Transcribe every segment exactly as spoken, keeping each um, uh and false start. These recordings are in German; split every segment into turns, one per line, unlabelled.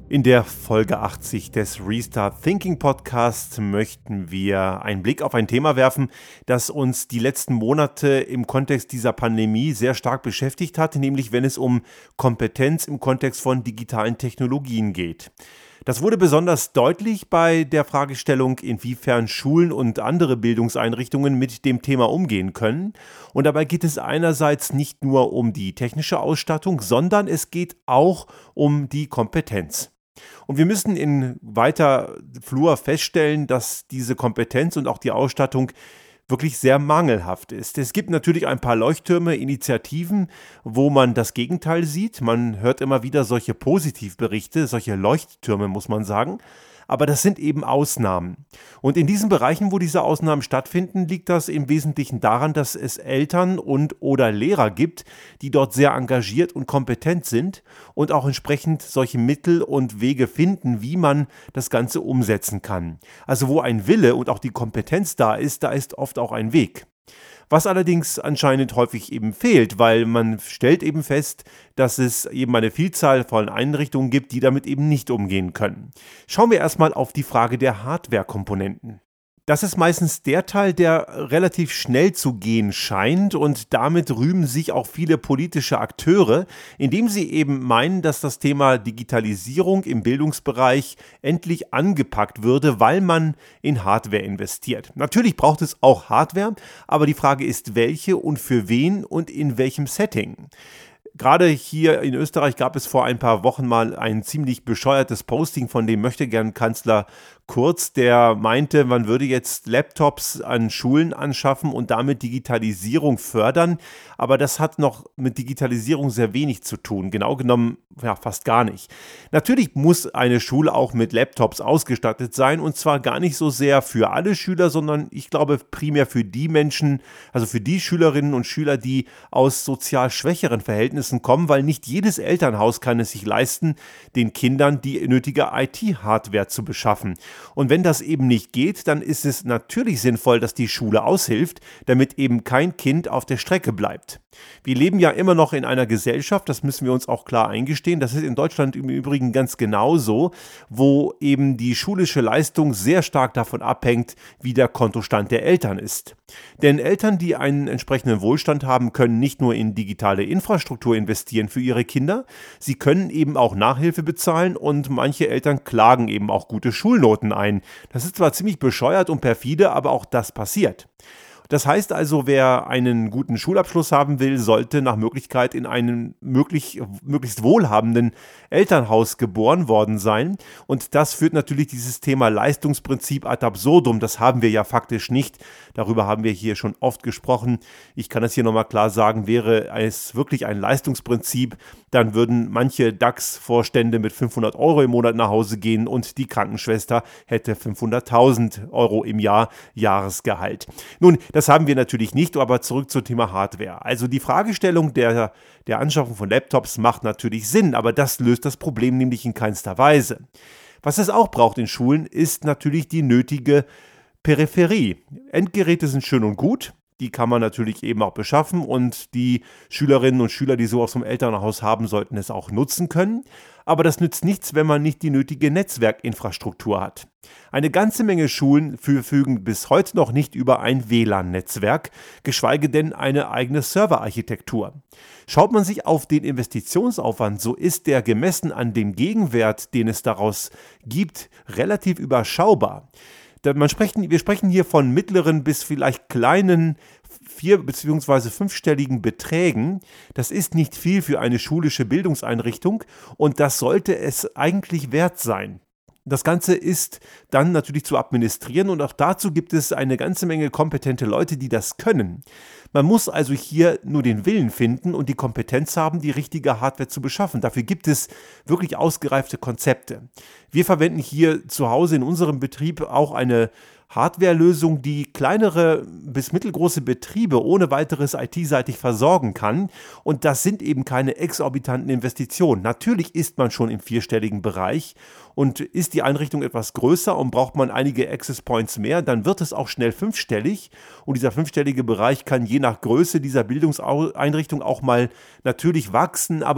In der Folge achtzig des Restart Thinking Podcast möchten wir einen Blick auf ein Thema werfen, das uns die letzten Monate im Kontext dieser Pandemie sehr stark beschäftigt hat, nämlich wenn es um Kompetenz im Kontext von digitalen Technologien geht. Das wurde besonders deutlich bei der Fragestellung, inwiefern Schulen und andere Bildungseinrichtungen mit dem Thema umgehen können. Und dabei geht es einerseits nicht nur um die technische Ausstattung, sondern es geht auch um die Kompetenz. Und wir müssen in weiter Flur feststellen, dass diese Kompetenz und auch die Ausstattung wirklich sehr mangelhaft ist. Es gibt natürlich ein paar Leuchttürme, Initiativen, wo man das Gegenteil sieht. Man hört immer wieder solche Positivberichte, solche Leuchttürme, muss man sagen. Aber das sind eben Ausnahmen. Und in diesen Bereichen, wo diese Ausnahmen stattfinden, liegt das im Wesentlichen daran, dass es Eltern und oder Lehrer gibt, die dort sehr engagiert und kompetent sind und auch entsprechend solche Mittel und Wege finden, wie man das Ganze umsetzen kann. Also wo ein Wille und auch die Kompetenz da ist, da ist oft auch ein Weg. Was allerdings anscheinend häufig eben fehlt, weil man stellt eben fest, dass es eben eine Vielzahl von Einrichtungen gibt, die damit eben nicht umgehen können. Schauen wir erstmal auf die Frage der Hardware-Komponenten. Das ist meistens der Teil, der relativ schnell zu gehen scheint, und damit rühmen sich auch viele politische Akteure, indem sie eben meinen, dass das Thema Digitalisierung im Bildungsbereich endlich angepackt würde, weil man in Hardware investiert. Natürlich braucht es auch Hardware, aber die Frage ist, welche und für wen und in welchem Setting. Gerade hier in Österreich gab es vor ein paar Wochen mal ein ziemlich bescheuertes Posting von dem Möchtegern-Kanzler Kurz, der meinte, man würde jetzt Laptops an Schulen anschaffen und damit Digitalisierung fördern. Aber das hat noch mit Digitalisierung sehr wenig zu tun. Genau genommen, ja, fast gar nicht. Natürlich muss eine Schule auch mit Laptops ausgestattet sein, und zwar gar nicht so sehr für alle Schüler, sondern ich glaube primär für die Menschen, also für die Schülerinnen und Schüler, die aus sozial schwächeren Verhältnissen kommen, weil nicht jedes Elternhaus kann es sich leisten, den Kindern die nötige I T-Hardware zu beschaffen. Und wenn das eben nicht geht, dann ist es natürlich sinnvoll, dass die Schule aushilft, damit eben kein Kind auf der Strecke bleibt. Wir leben ja immer noch in einer Gesellschaft, das müssen wir uns auch klar eingestehen, das ist in Deutschland im Übrigen ganz genauso, wo eben die schulische Leistung sehr stark davon abhängt, wie der Kontostand der Eltern ist. Denn Eltern, die einen entsprechenden Wohlstand haben, können nicht nur in digitale Infrastruktur investieren für ihre Kinder, sie können eben auch Nachhilfe bezahlen, und manche Eltern klagen eben auch gute Schulnoten ein. Das ist zwar ziemlich bescheuert und perfide, aber auch das passiert. Das heißt also, wer einen guten Schulabschluss haben will, sollte nach Möglichkeit in einem möglich, möglichst wohlhabenden Elternhaus geboren worden sein. Und das führt natürlich dieses Thema Leistungsprinzip ad absurdum. Das haben wir ja faktisch nicht. Darüber haben wir hier schon oft gesprochen. Ich kann das hier nochmal klar sagen, wäre es wirklich ein Leistungsprinzip, dann würden manche DAX-Vorstände mit fünfhundert Euro im Monat nach Hause gehen und die Krankenschwester hätte fünfhunderttausend Euro im Jahr Jahresgehalt. Nun, das haben wir natürlich nicht, aber zurück zum Thema Hardware. Also die Fragestellung der, der Anschaffung von Laptops macht natürlich Sinn, aber das löst das Problem nämlich in keinster Weise. Was es auch braucht in Schulen, ist natürlich die nötige Peripherie. Endgeräte sind schön und gut. Die kann man natürlich eben auch beschaffen, und die Schülerinnen und Schüler, die so aus dem Elternhaus haben, sollten es auch nutzen können. Aber das nützt nichts, wenn man nicht die nötige Netzwerkinfrastruktur hat. Eine ganze Menge Schulen verfügen bis heute noch nicht über ein W L A N-Netzwerk, geschweige denn eine eigene Serverarchitektur. Schaut man sich auf den Investitionsaufwand, so ist der gemessen an dem Gegenwert, den es daraus gibt, relativ überschaubar. Man sprechen, wir sprechen hier von mittleren bis vielleicht kleinen vier- bzw. fünfstelligen Beträgen. Das ist nicht viel für eine schulische Bildungseinrichtung, und das sollte es eigentlich wert sein. Das Ganze ist dann natürlich zu administrieren, und auch dazu gibt es eine ganze Menge kompetente Leute, die das können. Man muss also hier nur den Willen finden und die Kompetenz haben, die richtige Hardware zu beschaffen. Dafür gibt es wirklich ausgereifte Konzepte. Wir verwenden hier zu Hause in unserem Betrieb auch eine Hardwarelösung, die kleinere bis mittelgroße Betriebe ohne weiteres I T-seitig versorgen kann. Und das sind eben keine exorbitanten Investitionen. Natürlich ist man schon im vierstelligen Bereich, und ist die Einrichtung etwas größer und braucht man einige Access Points mehr, dann wird es auch schnell fünfstellig. Und dieser fünfstellige Bereich kann je nach Größe dieser Bildungseinrichtung auch mal natürlich wachsen, aber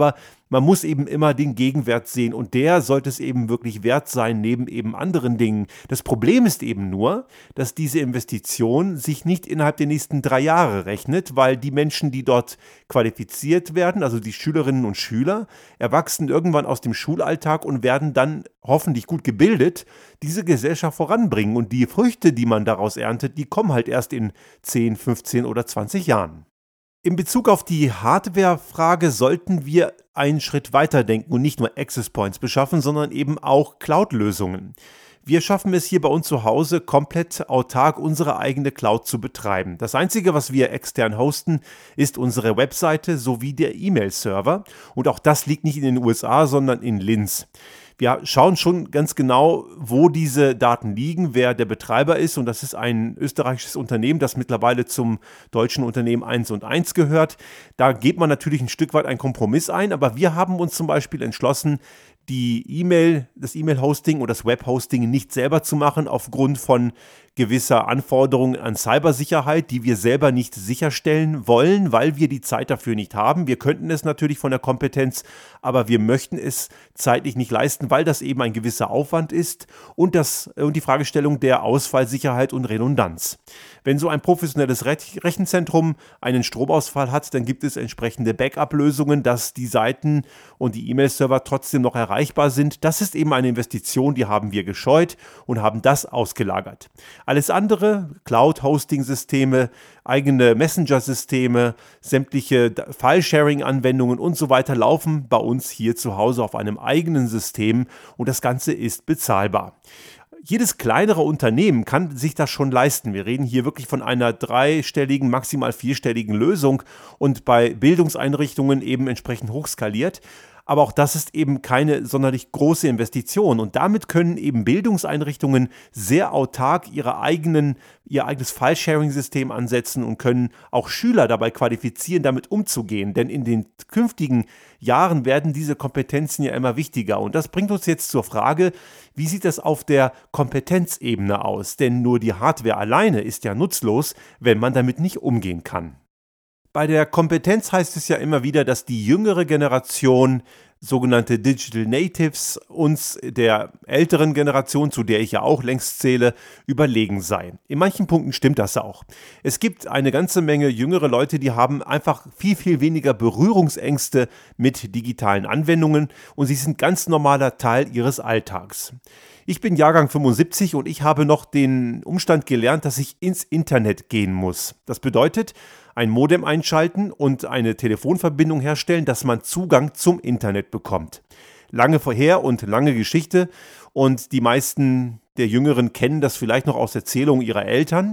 Man muss eben immer den Gegenwert sehen und der sollte es eben wirklich wert sein, neben eben anderen Dingen. Das Problem ist eben nur, dass diese Investition sich nicht innerhalb der nächsten drei Jahre rechnet, weil die Menschen, die dort qualifiziert werden, also die Schülerinnen und Schüler, erwachsen irgendwann aus dem Schulalltag und werden dann hoffentlich gut gebildet, diese Gesellschaft voranbringen. Und die Früchte, die man daraus erntet, die kommen halt erst in zehn, fünfzehn oder zwanzig Jahren. In Bezug auf die Hardware-Frage sollten wir einen Schritt weiter denken und nicht nur Access Points beschaffen, sondern eben auch Cloud-Lösungen. Wir schaffen es hier bei uns zu Hause, komplett autark unsere eigene Cloud zu betreiben. Das Einzige, was wir extern hosten, ist unsere Webseite sowie der E-Mail-Server. Und auch das liegt nicht in den U S A, sondern in Linz. Wir schauen schon ganz genau, wo diese Daten liegen, wer der Betreiber ist. Und das ist ein österreichisches Unternehmen, das mittlerweile zum deutschen Unternehmen eins und eins gehört. Da geht man natürlich ein Stück weit einen Kompromiss ein. Aber wir haben uns zum Beispiel entschlossen, die E-Mail, das E-Mail-Hosting und das Web-Hosting nicht selber zu machen, aufgrund von gewisser Anforderungen an Cybersicherheit, die wir selber nicht sicherstellen wollen, weil wir die Zeit dafür nicht haben. Wir könnten es natürlich von der Kompetenz, aber wir möchten es zeitlich nicht leisten, weil das eben ein gewisser Aufwand ist und, das, und die Fragestellung der Ausfallsicherheit und Redundanz. Wenn so ein professionelles Rechenzentrum einen Stromausfall hat, dann gibt es entsprechende Backup-Lösungen, dass die Seiten und die E-Mail-Server trotzdem noch erreichbar sind. Das ist eben eine Investition, die haben wir gescheut und haben das ausgelagert. Alles andere, Cloud-Hosting-Systeme, eigene Messenger-Systeme, sämtliche File-Sharing-Anwendungen und so weiter laufen bei uns hier zu Hause auf einem eigenen System und das Ganze ist bezahlbar. Jedes kleinere Unternehmen kann sich das schon leisten. Wir reden hier wirklich von einer dreistelligen, maximal vierstelligen Lösung und bei Bildungseinrichtungen eben entsprechend hochskaliert. Aber auch das ist eben keine sonderlich große Investition. Und damit können eben Bildungseinrichtungen sehr autark ihre eigenen, ihr eigenes File-Sharing-System ansetzen und können auch Schüler dabei qualifizieren, damit umzugehen. Denn in den künftigen Jahren werden diese Kompetenzen ja immer wichtiger. Und das bringt uns jetzt zur Frage, wie sieht das auf der Kompetenzebene aus? Denn nur die Hardware alleine ist ja nutzlos, wenn man damit nicht umgehen kann. Bei der Kompetenz heißt es ja immer wieder, dass die jüngere Generation, sogenannte Digital Natives, uns der älteren Generation, zu der ich ja auch längst zähle, überlegen sei. In manchen Punkten stimmt das auch. Es gibt eine ganze Menge jüngere Leute, die haben einfach viel, viel weniger Berührungsängste mit digitalen Anwendungen und sie sind ganz normaler Teil ihres Alltags. Ich bin Jahrgang fünfundsiebzig und ich habe noch den Umstand gelernt, dass ich ins Internet gehen muss. Das bedeutet, ein Modem einschalten und eine Telefonverbindung herstellen, dass man Zugang zum Internet bekommt. Lange vorher und lange Geschichte und die meisten der Jüngeren kennen das vielleicht noch aus Erzählungen ihrer Eltern.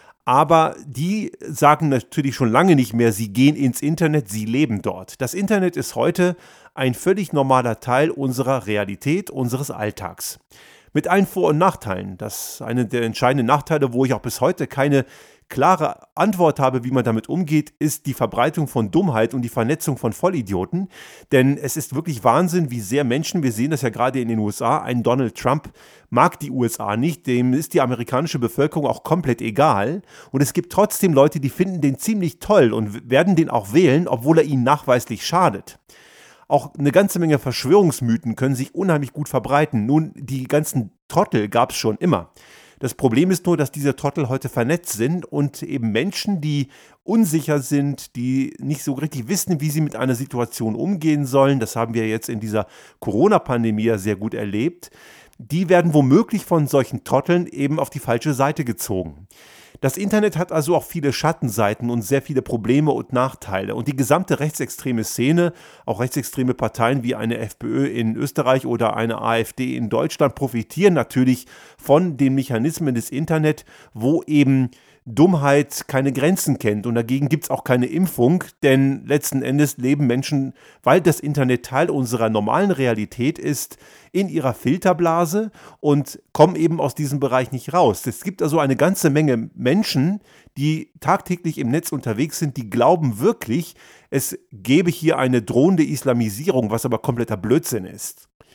Aber die sagen natürlich schon lange nicht mehr, sie gehen ins Internet, sie leben dort. Das Internet ist heute ein völlig normaler Teil unserer Realität, unseres Alltags. Mit allen Vor- und Nachteilen. Das ist einer der entscheidenden Nachteile, wo ich auch bis heute keine klare Antwort habe, wie man damit umgeht, ist die Verbreitung von Dummheit und die Vernetzung von Vollidioten. Denn es ist wirklich Wahnsinn, wie sehr Menschen, wir sehen das ja gerade in den U S A, ein Donald Trump mag die U S A nicht, dem ist die amerikanische Bevölkerung auch komplett egal. Und es gibt trotzdem Leute, die finden den ziemlich toll und werden den auch wählen, obwohl er ihnen nachweislich schadet. Auch eine ganze Menge Verschwörungsmythen können sich unheimlich gut verbreiten. Nun, die ganzen Trottel gab es schon immer. Das Problem ist nur, dass diese Trottel heute vernetzt sind und eben Menschen, die unsicher sind, die nicht so richtig wissen, wie sie mit einer Situation umgehen sollen, das haben wir jetzt in dieser Corona-Pandemie ja sehr gut erlebt, die werden womöglich von solchen Trotteln eben auf die falsche Seite gezogen. Das Internet hat also auch viele Schattenseiten und sehr viele Probleme und Nachteile. Und die gesamte rechtsextreme Szene, auch rechtsextreme Parteien wie eine FPÖ in Österreich oder eine AfD in Deutschland profitieren natürlich von den Mechanismen des Internet, wo eben Dummheit keine Grenzen kennt und dagegen gibt es auch keine Impfung, denn letzten Endes leben Menschen, weil das Internet Teil unserer normalen Realität ist, in ihrer Filterblase und kommen eben aus diesem Bereich nicht raus. Es gibt also eine ganze Menge Menschen, die tagtäglich im Netz unterwegs sind, die glauben wirklich, es gäbe hier eine drohende Islamisierung, was aber kompletter Blödsinn ist.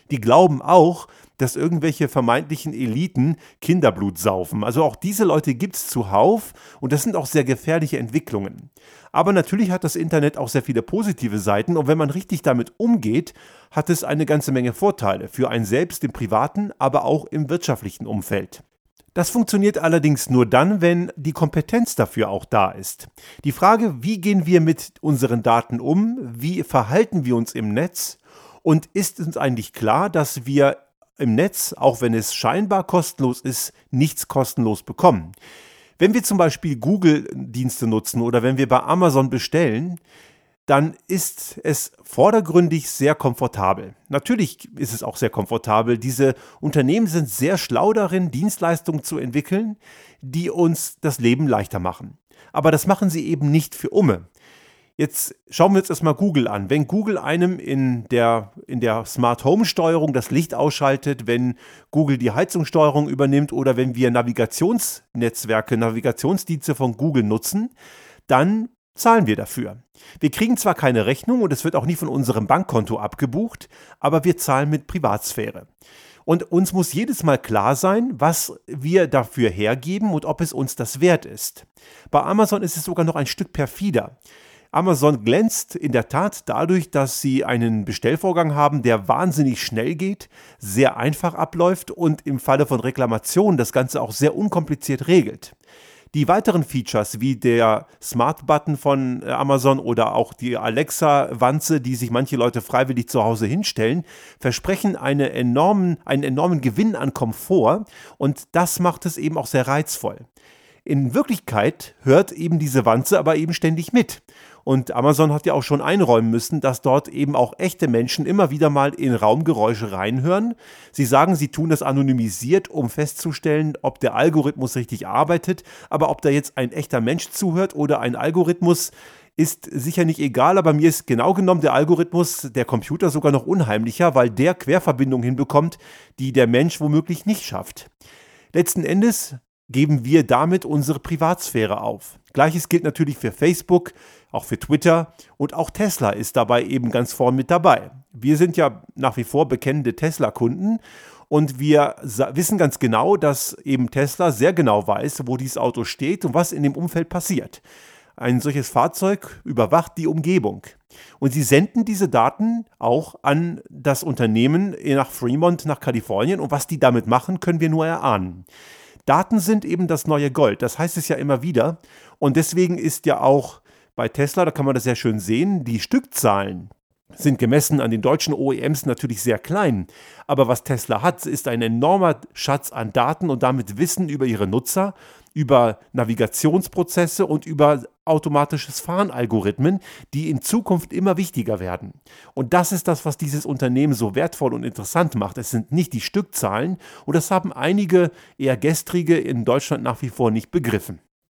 Die glauben auch, dass irgendwelche vermeintlichen Eliten Kinderblut saufen. Also auch diese Leute gibt es zuhauf und das sind auch sehr gefährliche Entwicklungen. Aber natürlich hat das Internet auch sehr viele positive Seiten und wenn man richtig damit umgeht, hat es eine ganze Menge Vorteile für einen selbst im privaten, aber auch im wirtschaftlichen Umfeld. Das funktioniert allerdings nur dann, wenn die Kompetenz dafür auch da ist. Die Frage, wie gehen wir mit unseren Daten um, wie verhalten wir uns im Netz und ist uns eigentlich klar, dass wir im Netz, auch wenn es scheinbar kostenlos ist, nichts kostenlos bekommen. Wenn wir zum Beispiel Google-Dienste nutzen oder wenn wir bei Amazon bestellen, dann ist es vordergründig sehr komfortabel. Natürlich ist es auch sehr komfortabel. Diese Unternehmen sind sehr schlau darin, Dienstleistungen zu entwickeln, die uns das Leben leichter machen. Aber das machen sie eben nicht für Umme. Jetzt schauen wir uns erstmal Google an. Wenn Google einem in der, in der Smart Home Steuerung das Licht ausschaltet, wenn Google die Heizungssteuerung übernimmt oder wenn wir Navigationsnetzwerke, Navigationsdienste von Google nutzen, dann zahlen wir dafür. Wir kriegen zwar keine Rechnung und es wird auch nie von unserem Bankkonto abgebucht, aber wir zahlen mit Privatsphäre. Und uns muss jedes Mal klar sein, was wir dafür hergeben und ob es uns das wert ist. Bei Amazon ist es sogar noch ein Stück perfider. Amazon glänzt in der Tat dadurch, dass sie einen Bestellvorgang haben, der wahnsinnig schnell geht, sehr einfach abläuft und im Falle von Reklamationen das Ganze auch sehr unkompliziert regelt. Die weiteren Features wie der Smart-Button von Amazon oder auch die Alexa-Wanze, die sich manche Leute freiwillig zu Hause hinstellen, versprechen eine enormen, einen enormen Gewinn an Komfort und das macht es eben auch sehr reizvoll. In Wirklichkeit hört eben diese Wanze aber eben ständig mit. Und Amazon hat ja auch schon einräumen müssen, dass dort eben auch echte Menschen immer wieder mal in Raumgeräusche reinhören. Sie sagen, sie tun das anonymisiert, um festzustellen, ob der Algorithmus richtig arbeitet. Aber ob da jetzt ein echter Mensch zuhört oder ein Algorithmus, ist sicher nicht egal. Aber mir ist genau genommen der Algorithmus, der Computer sogar noch unheimlicher, weil der Querverbindungen hinbekommt, die der Mensch womöglich nicht schafft. Letzten Endes geben wir damit unsere Privatsphäre auf. Gleiches gilt natürlich für Facebook, auch für Twitter und auch Tesla ist dabei eben ganz vorn mit dabei. Wir sind ja nach wie vor bekennende Tesla-Kunden und wir wissen ganz genau, dass eben Tesla sehr genau weiß, wo dieses Auto steht und was in dem Umfeld passiert. Ein solches Fahrzeug überwacht die Umgebung. Und sie senden diese Daten auch an das Unternehmen nach Fremont, nach Kalifornien und was die damit machen, können wir nur erahnen. Daten sind eben das neue Gold, das heißt es ja immer wieder und deswegen ist ja auch bei Tesla, da kann man das sehr schön sehen, die Stückzahlen sind gemessen an den deutschen O E Ms natürlich sehr klein, aber was Tesla hat, ist ein enormer Schatz an Daten und damit Wissen über ihre Nutzer, über Navigationsprozesse und über automatisches Fahren-Algorithmen, die in Zukunft immer wichtiger werden. Und das ist das, was dieses Unternehmen so wertvoll und interessant macht. Es sind nicht die Stückzahlen und das haben einige eher Gestrige in Deutschland nach wie vor nicht begriffen.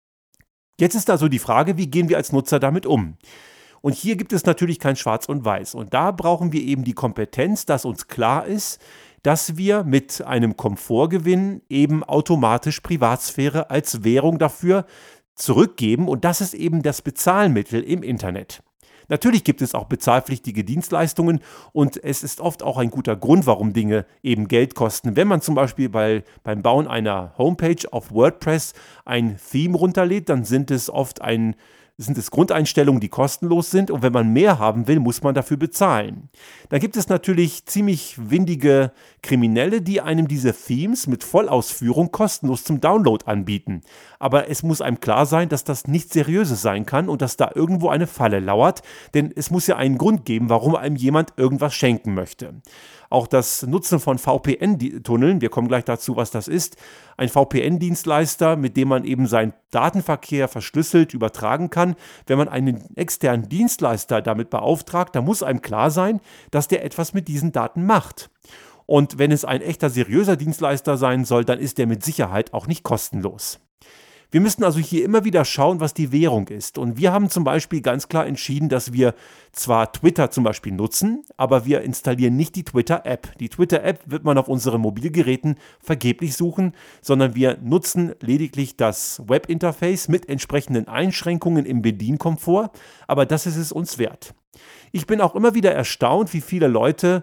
Jetzt ist also die Frage, wie gehen wir als Nutzer damit um? Und hier gibt es natürlich kein Schwarz und Weiß. Und da brauchen wir eben die Kompetenz, dass uns klar ist, dass wir mit einem Komfortgewinn eben automatisch Privatsphäre als Währung dafür zurückgeben. Und das ist eben das Bezahlmittel im Internet. Natürlich gibt es auch bezahlpflichtige Dienstleistungen und es ist oft auch ein guter Grund, warum Dinge eben Geld kosten. Wenn man zum Beispiel bei, beim Bauen einer Homepage auf WordPress ein Theme runterlädt, dann sind es oft ein sind es Grundeinstellungen, die kostenlos sind und wenn man mehr haben will, muss man dafür bezahlen. Dann gibt es natürlich ziemlich windige Kriminelle, die einem diese Themes mit Vollausführung kostenlos zum Download anbieten. Aber es muss einem klar sein, dass das nichts Seriöses sein kann und dass da irgendwo eine Falle lauert, denn es muss ja einen Grund geben, warum einem jemand irgendwas schenken möchte. Auch das Nutzen von V P N-Tunneln, wir kommen gleich dazu, was das ist, ein V P N-Dienstleister, mit dem man eben seinen Datenverkehr verschlüsselt übertragen kann. Wenn man einen externen Dienstleister damit beauftragt, dann muss einem klar sein, dass der etwas mit diesen Daten macht. Und wenn es ein echter seriöser Dienstleister sein soll, dann ist der mit Sicherheit auch nicht kostenlos. Wir müssen also hier immer wieder schauen, was die Währung ist. Und wir haben zum Beispiel ganz klar entschieden, dass wir zwar Twitter zum Beispiel nutzen, aber wir installieren nicht die Twitter-App. Die Twitter-App wird man auf unseren Mobilgeräten vergeblich suchen, sondern wir nutzen lediglich das Webinterface mit entsprechenden Einschränkungen im Bedienkomfort, aber das ist es uns wert. Ich bin auch immer wieder erstaunt, wie viele Leute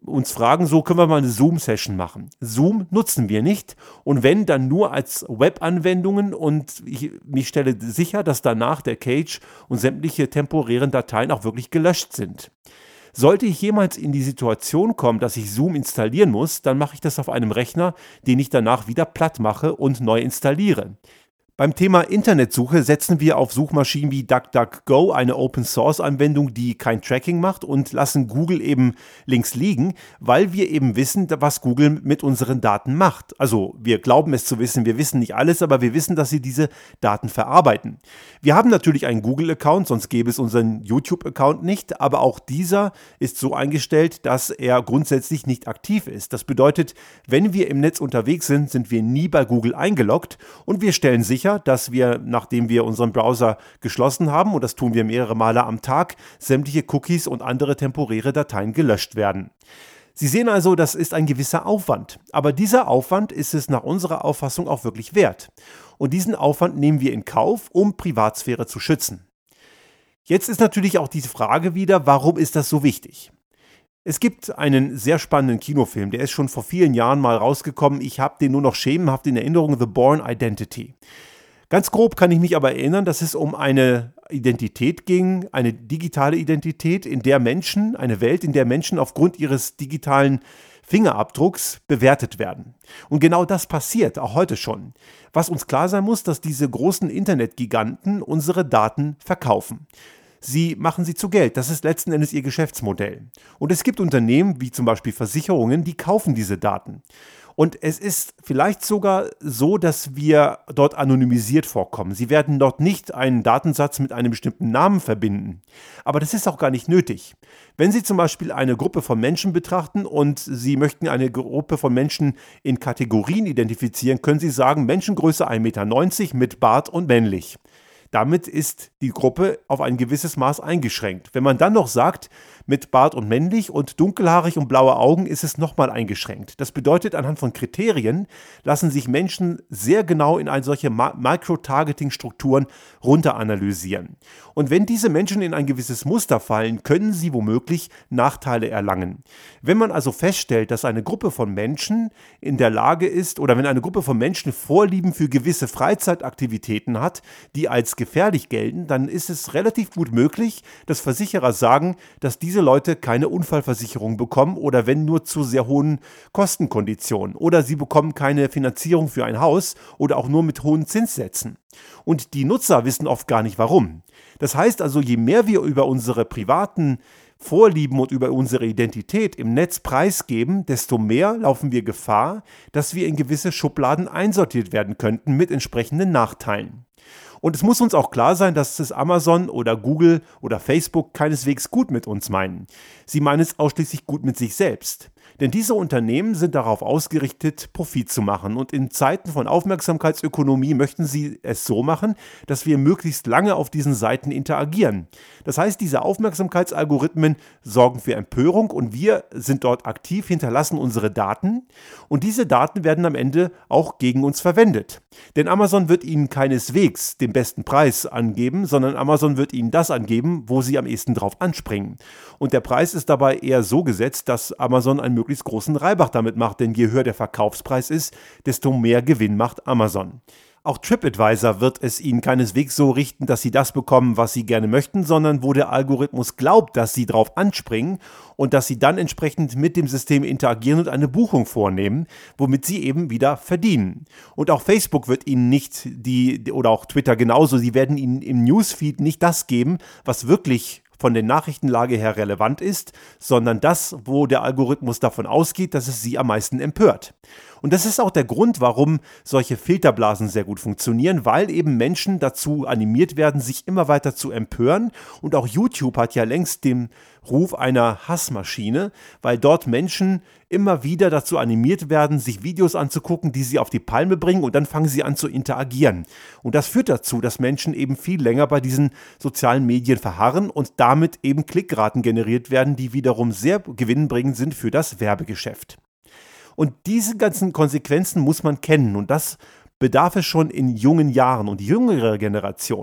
uns fragen, so können wir mal eine Zoom-Session machen. Zoom nutzen wir nicht und wenn, dann nur als Web-Anwendungen und ich, ich stelle sicher, dass danach der Cache und sämtliche temporären Dateien auch wirklich gelöscht sind. Sollte ich jemals in die Situation kommen, dass ich Zoom installieren muss, dann mache ich das auf einem Rechner, den ich danach wieder platt mache und neu installiere. Beim Thema Internetsuche setzen wir auf Suchmaschinen wie DuckDuckGo, eine Open-Source-Anwendung, die kein Tracking macht, und lassen Google eben links liegen, weil wir eben wissen, was Google mit unseren Daten macht. Also wir glauben es zu wissen, wir wissen nicht alles, aber wir wissen, dass sie diese Daten verarbeiten. Wir haben natürlich einen Google-Account, sonst gäbe es unseren YouTube-Account nicht, aber auch dieser ist so eingestellt, dass er grundsätzlich nicht aktiv ist. Das bedeutet, wenn wir im Netz unterwegs sind, sind wir nie bei Google eingeloggt und wir stellen sicher, dass wir, nachdem wir unseren Browser geschlossen haben, und das tun wir mehrere Male am Tag, sämtliche Cookies und andere temporäre Dateien gelöscht werden. Sie sehen also, das ist ein gewisser Aufwand, aber dieser Aufwand ist es nach unserer Auffassung auch wirklich wert. Und diesen Aufwand nehmen wir in Kauf, um Privatsphäre zu schützen. Jetzt ist natürlich auch die Frage wieder, warum ist das so wichtig? Es gibt einen sehr spannenden Kinofilm, der ist schon vor vielen Jahren mal rausgekommen. Ich habe den nur noch schemenhaft in Erinnerung, The Bourne Identity. Ganz grob kann ich mich aber erinnern, dass es um eine Identität ging, eine digitale Identität, in der Menschen, eine Welt, in der Menschen aufgrund ihres digitalen Fingerabdrucks bewertet werden. Und genau das passiert auch heute schon. Was uns klar sein muss, dass diese großen Internetgiganten unsere Daten verkaufen. Sie machen sie zu Geld, das ist letzten Endes ihr Geschäftsmodell. Und es gibt Unternehmen, wie zum Beispiel Versicherungen, die kaufen diese Daten. Und es ist vielleicht sogar so, dass wir dort anonymisiert vorkommen. Sie werden dort nicht einen Datensatz mit einem bestimmten Namen verbinden. Aber das ist auch gar nicht nötig. Wenn Sie zum Beispiel eine Gruppe von Menschen betrachten und Sie möchten eine Gruppe von Menschen in Kategorien identifizieren, können Sie sagen, Menschengröße ein Meter neunzig mit Bart und männlich. Damit ist die Gruppe auf ein gewisses Maß eingeschränkt. Wenn man dann noch sagt, mit Bart und männlich und dunkelhaarig und blaue Augen, ist es nochmal eingeschränkt. Das bedeutet, anhand von Kriterien lassen sich Menschen sehr genau in eine solche Micro-Targeting-Strukturen runteranalysieren. Und wenn diese Menschen in ein gewisses Muster fallen, können sie womöglich Nachteile erlangen. Wenn man also feststellt, dass eine Gruppe von Menschen in der Lage ist, oder wenn eine Gruppe von Menschen Vorlieben für gewisse Freizeitaktivitäten hat, die als gefährlich gelten, dann ist es relativ gut möglich, dass Versicherer sagen, dass diese Leute keine Unfallversicherung bekommen oder wenn nur zu sehr hohen Kostenkonditionen oder sie bekommen keine Finanzierung für ein Haus oder auch nur mit hohen Zinssätzen. Und die Nutzer wissen oft gar nicht warum. Das heißt also, je mehr wir über unsere privaten Vorlieben und über unsere Identität im Netz preisgeben, desto mehr laufen wir Gefahr, dass wir in gewisse Schubladen einsortiert werden könnten mit entsprechenden Nachteilen. Und es muss uns auch klar sein, dass es Amazon oder Google oder Facebook keineswegs gut mit uns meinen. Sie meinen es ausschließlich gut mit sich selbst. Denn diese Unternehmen sind darauf ausgerichtet, Profit zu machen. Und in Zeiten von Aufmerksamkeitsökonomie möchten sie es so machen, dass wir möglichst lange auf diesen Seiten interagieren. Das heißt, diese Aufmerksamkeitsalgorithmen sorgen für Empörung und wir sind dort aktiv, hinterlassen unsere Daten. Und diese Daten werden am Ende auch gegen uns verwendet. Denn Amazon wird Ihnen keineswegs den besten Preis angeben, sondern Amazon wird Ihnen das angeben, wo Sie am ehesten drauf anspringen. Und der Preis ist dabei eher so gesetzt, dass Amazon einen möglichst großen Reibach damit macht, denn je höher der Verkaufspreis ist, desto mehr Gewinn macht Amazon. Auch TripAdvisor wird es Ihnen keineswegs so richten, dass Sie das bekommen, was Sie gerne möchten, sondern wo der Algorithmus glaubt, dass Sie drauf anspringen und dass Sie dann entsprechend mit dem System interagieren und eine Buchung vornehmen, womit Sie eben wieder verdienen. Und auch Facebook wird Ihnen nicht die, oder auch Twitter genauso, sie werden Ihnen im Newsfeed nicht das geben, was wirklich von der Nachrichtenlage her relevant ist, sondern das, wo der Algorithmus davon ausgeht, dass es Sie am meisten empört. Und das ist auch der Grund, warum solche Filterblasen sehr gut funktionieren, weil eben Menschen dazu animiert werden, sich immer weiter zu empören. Und auch YouTube hat ja längst den Ruf einer Hassmaschine, weil dort Menschen immer wieder dazu animiert werden, sich Videos anzugucken, die sie auf die Palme bringen und dann fangen sie an zu interagieren. Und das führt dazu, dass Menschen eben viel länger bei diesen sozialen Medien verharren und damit eben Klickraten generiert werden, die wiederum sehr gewinnbringend sind für das Werbegeschäft. Und diese ganzen Konsequenzen muss man kennen und das bedarf es schon in jungen Jahren. Und die jüngere Generation,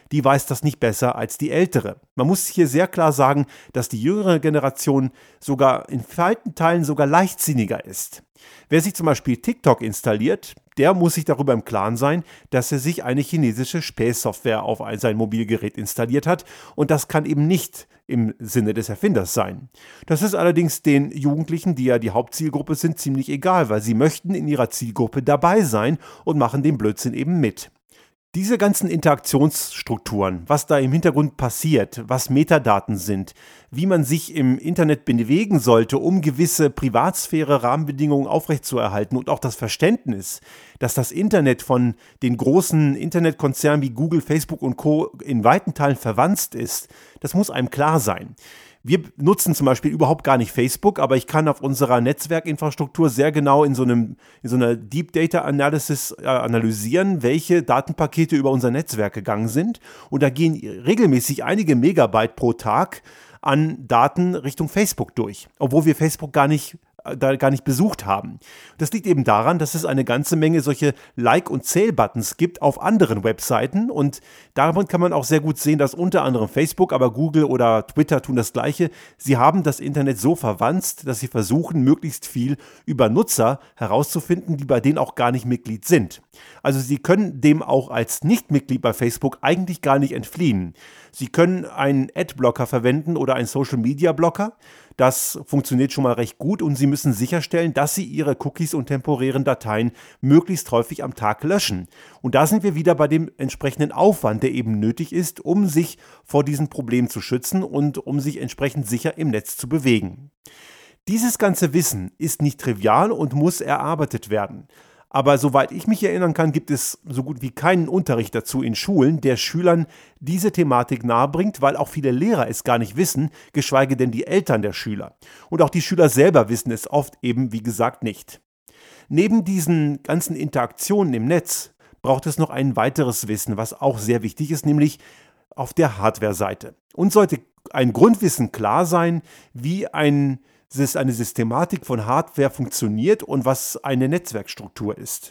die weiß das nicht besser als die ältere. Man muss hier sehr klar sagen, dass die jüngere Generation sogar in weiten Teilen sogar leichtsinniger ist. Wer sich zum Beispiel TikTok installiert, der muss sich darüber im Klaren sein, dass er sich eine chinesische Spähsoftware auf sein Mobilgerät installiert hat und das kann eben nicht im Sinne des Erfinders sein. Das ist allerdings den Jugendlichen, die ja die Hauptzielgruppe sind, ziemlich egal, weil sie möchten in ihrer Zielgruppe dabei sein und machen den Blödsinn eben mit. Diese ganzen Interaktionsstrukturen, was da im Hintergrund passiert, was Metadaten sind, wie man sich im Internet bewegen sollte, um gewisse Privatsphäre-Rahmenbedingungen aufrechtzuerhalten und auch das Verständnis, dass das Internet von den großen Internetkonzernen wie Google, Facebook und Co. in weiten Teilen verwandt ist, das muss einem klar sein. Wir nutzen zum Beispiel überhaupt gar nicht Facebook, aber ich kann auf unserer Netzwerkinfrastruktur sehr genau in so, einem, in so einer Deep Data Analysis äh, analysieren, welche Datenpakete über unser Netzwerk gegangen sind. Und da gehen regelmäßig einige Megabyte pro Tag an Daten Richtung Facebook durch, obwohl wir Facebook gar nicht da gar nicht besucht haben. Das liegt eben daran, dass es eine ganze Menge solche Like- und Zähl-Buttons gibt auf anderen Webseiten und davon kann man auch sehr gut sehen, dass unter anderem Facebook, aber Google oder Twitter tun das Gleiche. Sie haben das Internet so verwandt, dass sie versuchen, möglichst viel über Nutzer herauszufinden, die bei denen auch gar nicht Mitglied sind. Also sie können dem auch als Nicht-Mitglied bei Facebook eigentlich gar nicht entfliehen. Sie können einen Adblocker verwenden oder einen Social-Media-Blocker. Das funktioniert schon mal recht gut und Sie müssen sicherstellen, dass Sie Ihre Cookies und temporären Dateien möglichst häufig am Tag löschen. Und da sind wir wieder bei dem entsprechenden Aufwand, der eben nötig ist, um sich vor diesen Problemen zu schützen und um sich entsprechend sicher im Netz zu bewegen. Dieses ganze Wissen ist nicht trivial und muss erarbeitet werden. Aber soweit ich mich erinnern kann, gibt es so gut wie keinen Unterricht dazu in Schulen, der Schülern diese Thematik nahebringt, weil auch viele Lehrer es gar nicht wissen, geschweige denn die Eltern der Schüler. Und auch die Schüler selber wissen es oft eben, wie gesagt, nicht. Neben diesen ganzen Interaktionen im Netz braucht es noch ein weiteres Wissen, was auch sehr wichtig ist, nämlich auf der Hardware-Seite. Uns sollte ein Grundwissen klar sein, wie ein Es ist eine Systematik von Hardware funktioniert und was eine Netzwerkstruktur ist.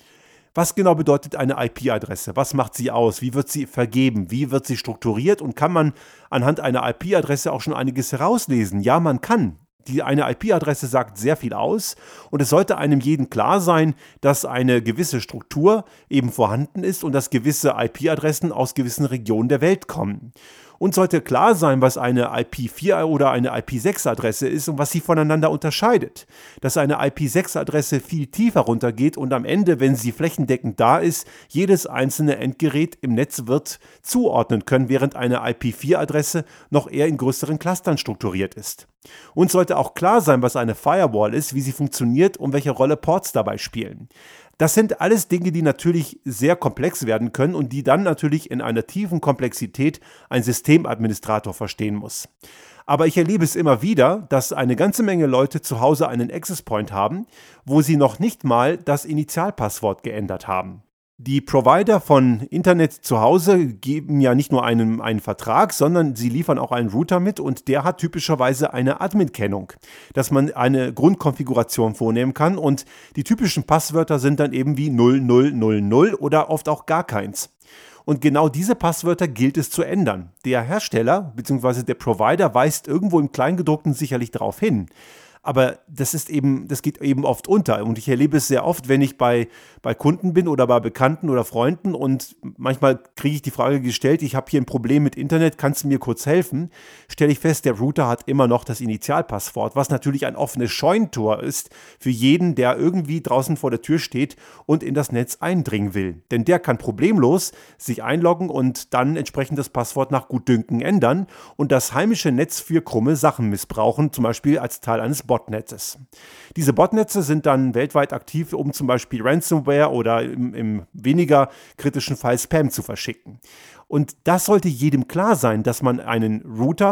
Was genau bedeutet eine I P-Adresse? Was macht sie aus? Wie wird sie vergeben? Wie wird sie strukturiert? Und kann man anhand einer I P-Adresse auch schon einiges herauslesen? Ja, man kann. Die, eine I P-Adresse sagt sehr viel aus und es sollte einem jeden klar sein, dass eine gewisse Struktur eben vorhanden ist und dass gewisse I P-Adressen aus gewissen Regionen der Welt kommen. Uns sollte klar sein, was eine I P vier oder eine I P sechs Adresse ist und was sie voneinander unterscheidet. Dass eine I P sechs Adresse viel tiefer runtergeht und am Ende, wenn sie flächendeckend da ist, jedes einzelne Endgerät im Netz wird zuordnen können, während eine I P vier Adresse noch eher in größeren Clustern strukturiert ist. Uns sollte auch klar sein, was eine Firewall ist, wie sie funktioniert und welche Rolle Ports dabei spielen. Das sind alles Dinge, die natürlich sehr komplex werden können und die dann natürlich in einer tiefen Komplexität ein Systemadministrator verstehen muss. Aber ich erlebe es immer wieder, dass eine ganze Menge Leute zu Hause einen Access Point haben, wo sie noch nicht mal das Initialpasswort geändert haben. Die Provider von Internet zu Hause geben ja nicht nur einen, einen Vertrag, sondern sie liefern auch einen Router mit und der hat typischerweise eine Admin-Kennung, dass man eine Grundkonfiguration vornehmen kann und die typischen Passwörter sind dann eben wie null null null null oder oft auch gar keins. Und genau diese Passwörter gilt es zu ändern. Der Hersteller bzw. der Provider weist irgendwo im Kleingedruckten sicherlich darauf hin. Aber das ist eben, das geht eben oft unter. Und ich erlebe es sehr oft, wenn ich bei, bei Kunden bin oder bei Bekannten oder Freunden und manchmal kriege ich die Frage gestellt, ich habe hier ein Problem mit Internet, kannst du mir kurz helfen? Stelle ich fest, der Router hat immer noch das Initialpasswort, was natürlich ein offenes Scheunentor ist für jeden, der irgendwie draußen vor der Tür steht und in das Netz eindringen will. Denn der kann problemlos sich einloggen und dann entsprechend das Passwort nach Gutdünken ändern und das heimische Netz für krumme Sachen missbrauchen, zum Beispiel als Teil eines Botnetzes. Diese Botnetze sind dann weltweit aktiv, um zum Beispiel Ransomware oder im, im weniger kritischen Fall Spam zu verschicken. Und das sollte jedem klar sein, dass man einen Router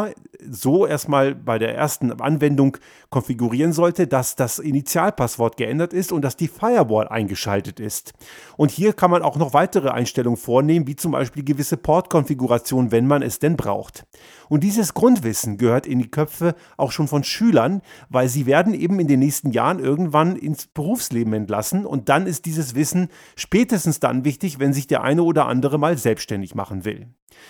so erstmal bei der ersten Anwendung konfigurieren sollte, dass das Initialpasswort geändert ist und dass die Firewall eingeschaltet ist. Und hier kann man auch noch weitere Einstellungen vornehmen, wie zum Beispiel gewisse Portkonfigurationen, wenn man es denn braucht. Und dieses Grundwissen gehört in die Köpfe auch schon von Schülern, weil sie werden eben in den nächsten Jahren irgendwann ins Berufsleben entlassen und dann ist dieses Wissen spätestens dann wichtig, wenn sich der eine oder andere mal selbstständig machen will.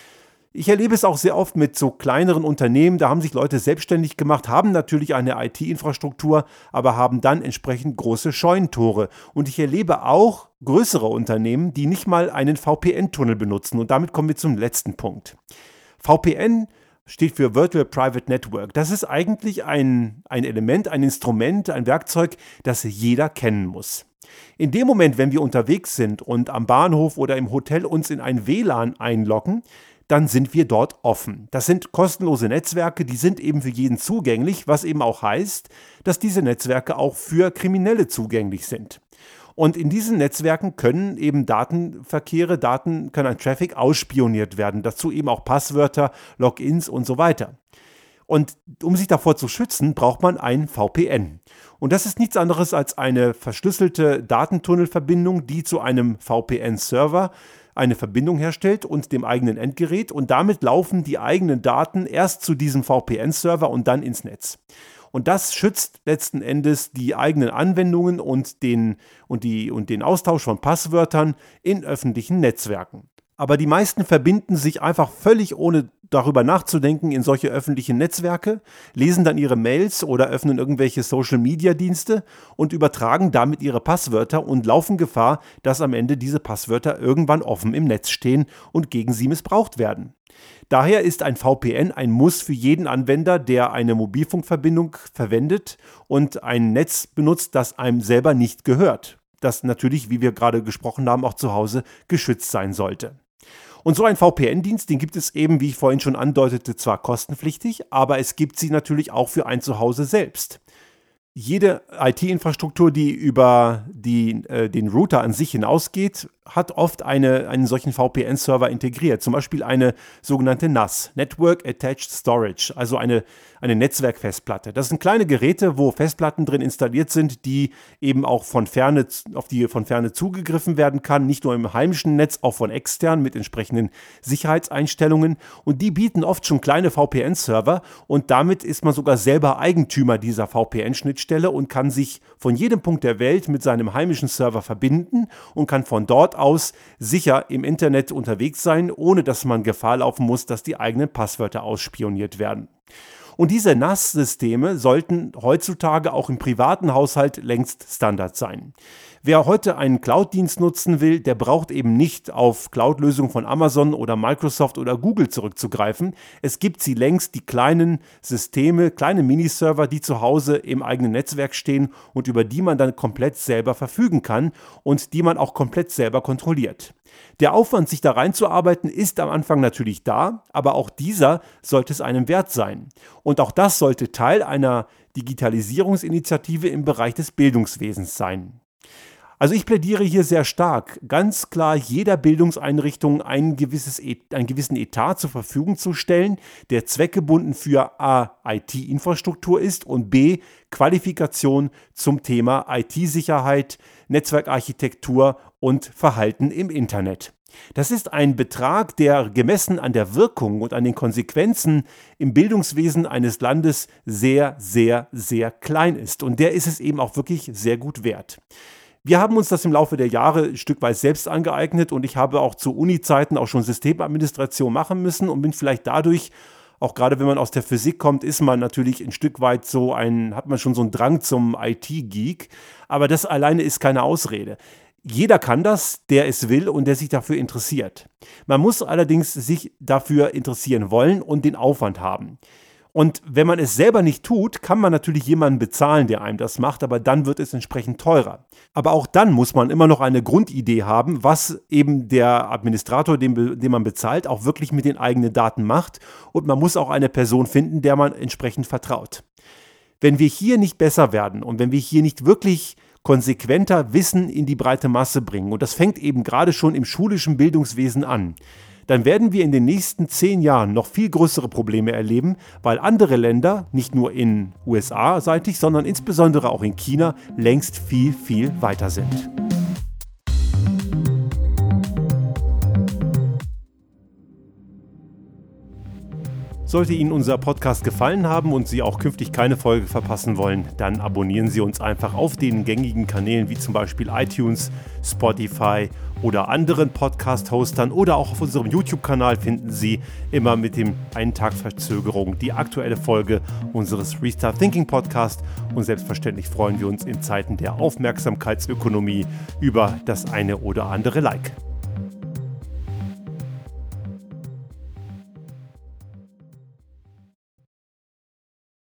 Ich erlebe es auch sehr oft mit so kleineren Unternehmen, da haben sich Leute selbstständig gemacht, haben natürlich eine I T-Infrastruktur, aber haben dann entsprechend große Scheunentore. Und ich erlebe auch größere Unternehmen, die nicht mal einen V P N-Tunnel benutzen. Und damit kommen wir zum letzten Punkt. V P N steht für Virtual Private Network. Das ist eigentlich ein, ein Element, ein Instrument, ein Werkzeug, das jeder kennen muss. In dem Moment, wenn wir unterwegs sind und am Bahnhof oder im Hotel uns in ein W L A N einloggen, dann sind wir dort offen. Das sind kostenlose Netzwerke, die sind eben für jeden zugänglich, was eben auch heißt, dass diese Netzwerke auch für Kriminelle zugänglich sind. Und in diesen Netzwerken können eben Datenverkehre, Daten, können ein Traffic ausspioniert werden, dazu eben auch Passwörter, Logins und so weiter. Und um sich davor zu schützen, braucht man ein V P N. Und das ist nichts anderes als eine verschlüsselte Datentunnelverbindung, die zu einem V P N-Server eine Verbindung herstellt und dem eigenen Endgerät und damit laufen die eigenen Daten erst zu diesem V P N-Server und dann ins Netz. Und das schützt letzten Endes die eigenen Anwendungen und den, und die, und den Austausch von Passwörtern in öffentlichen Netzwerken. Aber die meisten verbinden sich einfach völlig ohne darüber nachzudenken in solche öffentlichen Netzwerke, lesen dann ihre Mails oder öffnen irgendwelche Social-Media-Dienste und übertragen damit ihre Passwörter und laufen Gefahr, dass am Ende diese Passwörter irgendwann offen im Netz stehen und gegen sie missbraucht werden. Daher ist ein V P N ein Muss für jeden Anwender, der eine Mobilfunkverbindung verwendet und ein Netz benutzt, das einem selber nicht gehört, das natürlich, wie wir gerade gesprochen haben, auch zu Hause geschützt sein sollte. Und so ein V P N-Dienst, den gibt es eben, wie ich vorhin schon andeutete, zwar kostenpflichtig, aber es gibt sie natürlich auch für ein Zuhause selbst. Jede I T-Infrastruktur, die über die, äh, den Router an sich hinausgeht, hat oft eine, einen solchen V P N-Server integriert. Zum Beispiel eine sogenannte N A S, Network Attached Storage, also eine, eine Netzwerkfestplatte. Das sind kleine Geräte, wo Festplatten drin installiert sind, die eben auch von Ferne, auf die von Ferne zugegriffen werden kann, nicht nur im heimischen Netz, auch von extern mit entsprechenden Sicherheitseinstellungen. Und die bieten oft schon kleine V P N-Server und damit ist man sogar selber Eigentümer dieser V P N-Schnittstelle und kann sich von jedem Punkt der Welt mit seinem heimischen Server verbinden und kann von dort aus sicher im Internet unterwegs sein, ohne dass man Gefahr laufen muss, dass die eigenen Passwörter ausspioniert werden. Und diese N A S-Systeme sollten heutzutage auch im privaten Haushalt längst Standard sein. Wer heute einen Cloud-Dienst nutzen will, der braucht eben nicht auf Cloud-Lösungen von Amazon oder Microsoft oder Google zurückzugreifen. Es gibt sie längst, die kleinen Systeme, kleine Miniserver, die zu Hause im eigenen Netzwerk stehen und über die man dann komplett selber verfügen kann und die man auch komplett selber kontrolliert. Der Aufwand, sich da reinzuarbeiten, ist am Anfang natürlich da, aber auch dieser sollte es einem wert sein. Und auch das sollte Teil einer Digitalisierungsinitiative im Bereich des Bildungswesens sein. Also ich plädiere hier sehr stark, ganz klar jeder Bildungseinrichtung ein gewisses, einen gewissen Etat zur Verfügung zu stellen, der zweckgebunden für A. I T-Infrastruktur ist und B. Qualifikation zum Thema I T-Sicherheit, Netzwerkarchitektur und Verhalten im Internet. Das ist ein Betrag, der gemessen an der Wirkung und an den Konsequenzen im Bildungswesen eines Landes sehr, sehr, sehr klein ist. Und der ist es eben auch wirklich sehr gut wert. Wir haben uns das im Laufe der Jahre ein Stück weit selbst angeeignet und ich habe auch zu Uni-Zeiten auch schon Systemadministration machen müssen und bin vielleicht dadurch, auch gerade wenn man aus der Physik kommt, ist man natürlich ein Stück weit so ein, hat man schon so einen Drang zum I T-Geek, aber das alleine ist keine Ausrede. Jeder kann das, der es will und der sich dafür interessiert. Man muss allerdings sich dafür interessieren wollen und den Aufwand haben. Und wenn man es selber nicht tut, kann man natürlich jemanden bezahlen, der einem das macht, aber dann wird es entsprechend teurer. Aber auch dann muss man immer noch eine Grundidee haben, was eben der Administrator, den, den man bezahlt, auch wirklich mit den eigenen Daten macht. Und man muss auch eine Person finden, der man entsprechend vertraut. Wenn wir hier nicht besser werden und wenn wir hier nicht wirklich konsequenter Wissen in die breite Masse bringen, und das fängt eben gerade schon im schulischen Bildungswesen an, dann werden wir in den nächsten zehn Jahren noch viel größere Probleme erleben, weil andere Länder, nicht nur in U S A-seitig, sondern insbesondere auch in China, längst viel, viel weiter sind. Sollte Ihnen unser Podcast gefallen haben und Sie auch künftig keine Folge verpassen wollen, dann abonnieren Sie uns einfach auf den gängigen Kanälen wie zum Beispiel iTunes, Spotify oder anderen Podcast-Hostern oder auch auf unserem YouTube-Kanal finden Sie immer mit dem einen Tag Verzögerung die aktuelle Folge unseres Restart Thinking Podcast und selbstverständlich freuen wir uns in Zeiten der Aufmerksamkeitsökonomie über das eine oder andere Like.